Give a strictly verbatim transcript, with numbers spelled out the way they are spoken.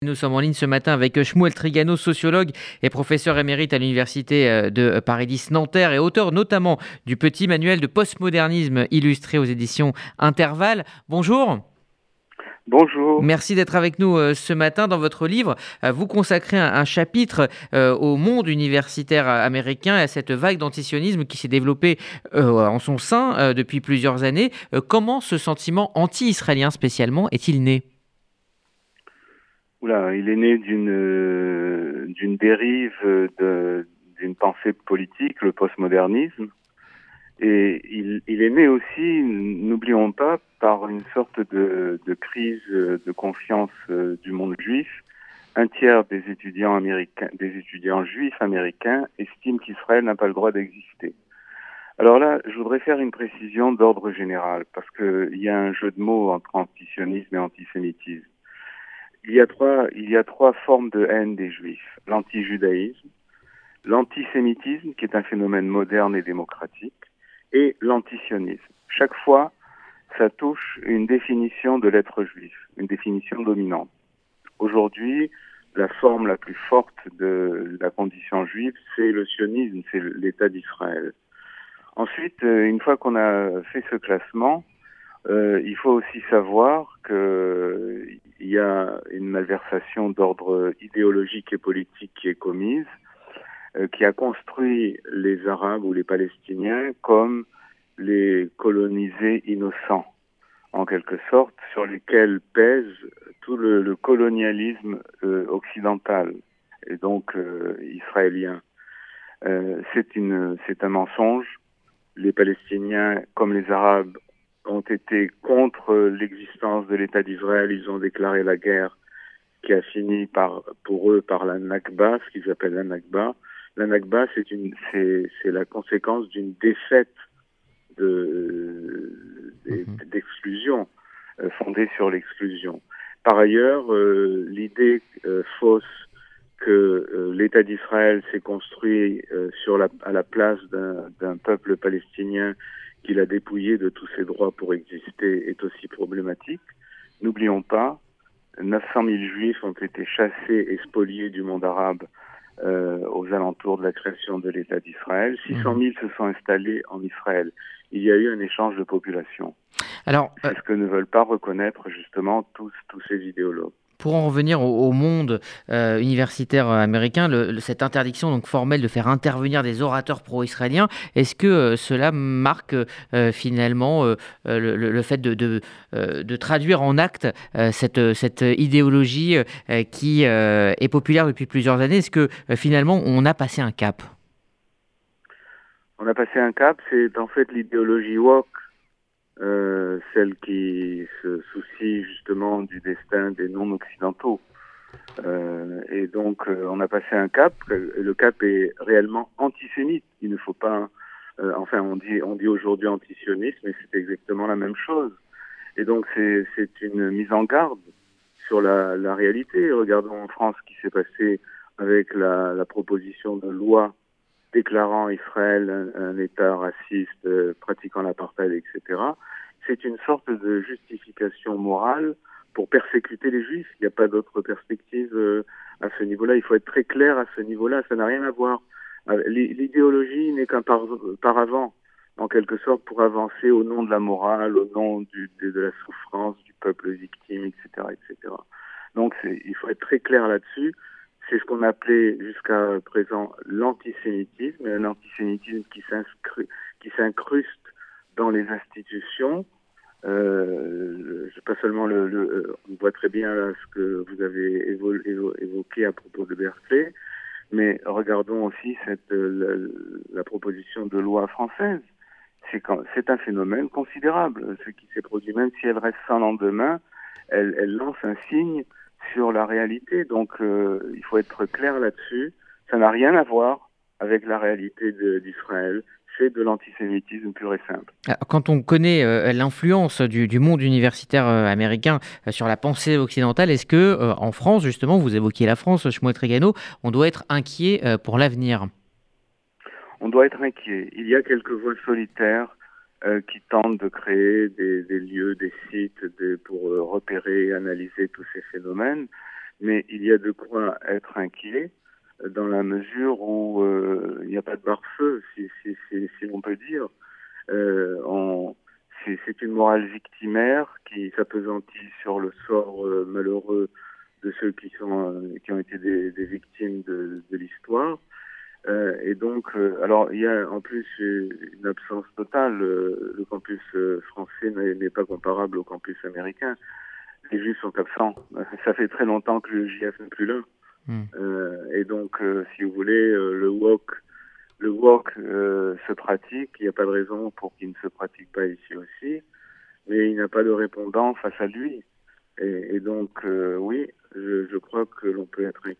Nous sommes en ligne ce matin avec Shmuel Trigano, sociologue et professeur émérite à l'université de Paris dix Nanterre et auteur notamment du petit manuel de postmodernisme illustré aux éditions Intervalle. Bonjour. Bonjour. Merci d'être avec nous euh, ce matin. Dans votre livre, euh, vous consacrez un, un chapitre euh, au monde universitaire américain et à cette vague d'antisionisme qui s'est développée euh, en son sein euh, depuis plusieurs années. Euh, comment ce sentiment anti-israélien spécialement est-il né ? Oula, il est né d'une euh, d'une dérive de, d'une pensée politique, le postmodernisme, et il, il est né aussi, n'oublions pas, par une sorte de, de crise de confiance du monde juif. Un tiers des étudiants américains, des étudiants juifs américains estiment qu'Israël n'a pas le droit d'exister. Alors là, je voudrais faire une précision d'ordre général, parce qu'il y a un jeu de mots entre antisionisme et antisémitisme. Il y a trois, il y a trois formes de haine des Juifs. L'antijudaïsme, l'antisémitisme, qui est un phénomène moderne et démocratique, et l'antisionisme. Chaque fois, ça touche une définition de l'être juif, une définition dominante. Aujourd'hui, la forme la plus forte de la condition juive, c'est le sionisme, c'est l'État d'Israël. Ensuite, une fois qu'on a fait ce classement, Euh, il faut aussi savoir qu'il y a une malversation d'ordre idéologique et politique qui est commise, euh, qui a construit les Arabes ou les Palestiniens comme les colonisés innocents, en quelque sorte, sur lesquels pèse tout le, le colonialisme euh, occidental, et donc euh, israélien. Euh, c'est une, c'est un mensonge. Les Palestiniens, comme les Arabes, ont été contre l'existence de l'État d'Israël. Ils ont déclaré la guerre qui a fini par, pour eux par la Nakba, ce qu'ils appellent la Nakba. La Nakba, c'est une, c'est, c'est la conséquence d'une défaite de, d'exclusion, euh, fondée sur l'exclusion. Par ailleurs, euh, l'idée euh, fausse que euh, l'État d'Israël s'est construit euh, sur la, à la place d'un, d'un peuple palestinien qu'il a dépouillé de tous ses droits pour exister est aussi problématique. N'oublions pas, neuf cent mille juifs ont été chassés et spoliés du monde arabe euh, aux alentours de la création de l'État d'Israël. six cent mille se sont installés en Israël. Il y a eu un échange de population. Alors, euh... c'est ce que ne veulent pas reconnaître justement tous, tous ces idéologues. Pour en revenir au, au monde euh, universitaire américain, le, le, cette interdiction donc formelle de faire intervenir des orateurs pro-israéliens, est-ce que euh, cela marque euh, finalement euh, le, le fait de, de, euh, de traduire en acte euh, cette, cette idéologie euh, qui euh, est populaire depuis plusieurs années? Est-ce que euh, finalement on a passé un cap? On a passé un cap, c'est en fait l'idéologie woke. Euh, celle qui se soucie justement du destin des non-occidentaux. Euh, et donc, euh, on a passé un cap. Le cap est réellement antisémite. Il ne faut pas... Euh, enfin, on dit, on dit aujourd'hui antisioniste, mais c'est exactement la même chose. Et donc, c'est, c'est une mise en garde sur la, la réalité. Regardons en France ce qui s'est passé avec la, la proposition de loi déclarant Israël un, un État raciste, euh, pratiquant l'apartheid, et cetera. C'est une sorte de justification morale pour persécuter les Juifs. Il n'y a pas d'autre perspective euh, à ce niveau-là. Il faut être très clair à ce niveau-là. Ça n'a rien à voir. L'idéologie n'est qu'un par, paravent, en quelque sorte, pour avancer au nom de la morale, au nom du, de, de la souffrance du peuple victime, et cetera, et cetera. Donc, c'est, il faut être très clair là-dessus. C'est ce qu'on appelait jusqu'à présent l'antisémitisme, un antisémitisme qui s'inscrit, qui s'incruste dans les institutions. Euh, pas seulement le, le, on voit très bien là, ce que vous avez évo, évo, évoqué à propos de Berkeley, mais regardons aussi cette, la, la proposition de loi française. C'est, quand, c'est un phénomène considérable. Ce qui s'est produit, même si elle reste sans lendemain, elle, elle lance un signe sur la réalité. Donc, euh, il faut être clair là-dessus. Ça n'a rien à voir avec la réalité de, d'Israël. C'est de l'antisémitisme pur et simple. Quand on connaît euh, l'influence du, du monde universitaire euh, américain euh, sur la pensée occidentale, est-ce que euh, en France, justement, vous évoquiez la France, Shmuel Trigano, on doit être inquiet euh, pour l'avenir? On doit être inquiet. Il y a quelques voix solitaires euh, qui tentent de créer des, des lieux, des sites des, pour euh, repérer et analyser tous ces phénomènes. mais il y a de quoi être inquiet dans la mesure où euh, il n'y a pas de pare-feu, si, si, si, si l'on peut dire. Euh, on, c'est, c'est une morale victimaire qui s'appesantit sur le sort euh, malheureux de ceux qui sont euh, qui ont été des, des victimes de, de l'histoire. Euh, et donc, euh, alors il y a en plus une absence totale. Euh, le campus euh, français n'est, n'est pas comparable au campus américain. Les Juifs sont absents. Ça fait très longtemps que le J F n'est plus là. Hmm. Euh, et donc, euh, si vous voulez, euh, le woke, le woke euh, se pratique. Il n'y a pas de raison pour qu'il ne se pratique pas ici aussi. Mais il n'a pas de répondant face à lui. Et, et donc, euh, oui, je, je crois que l'on peut être inquiet.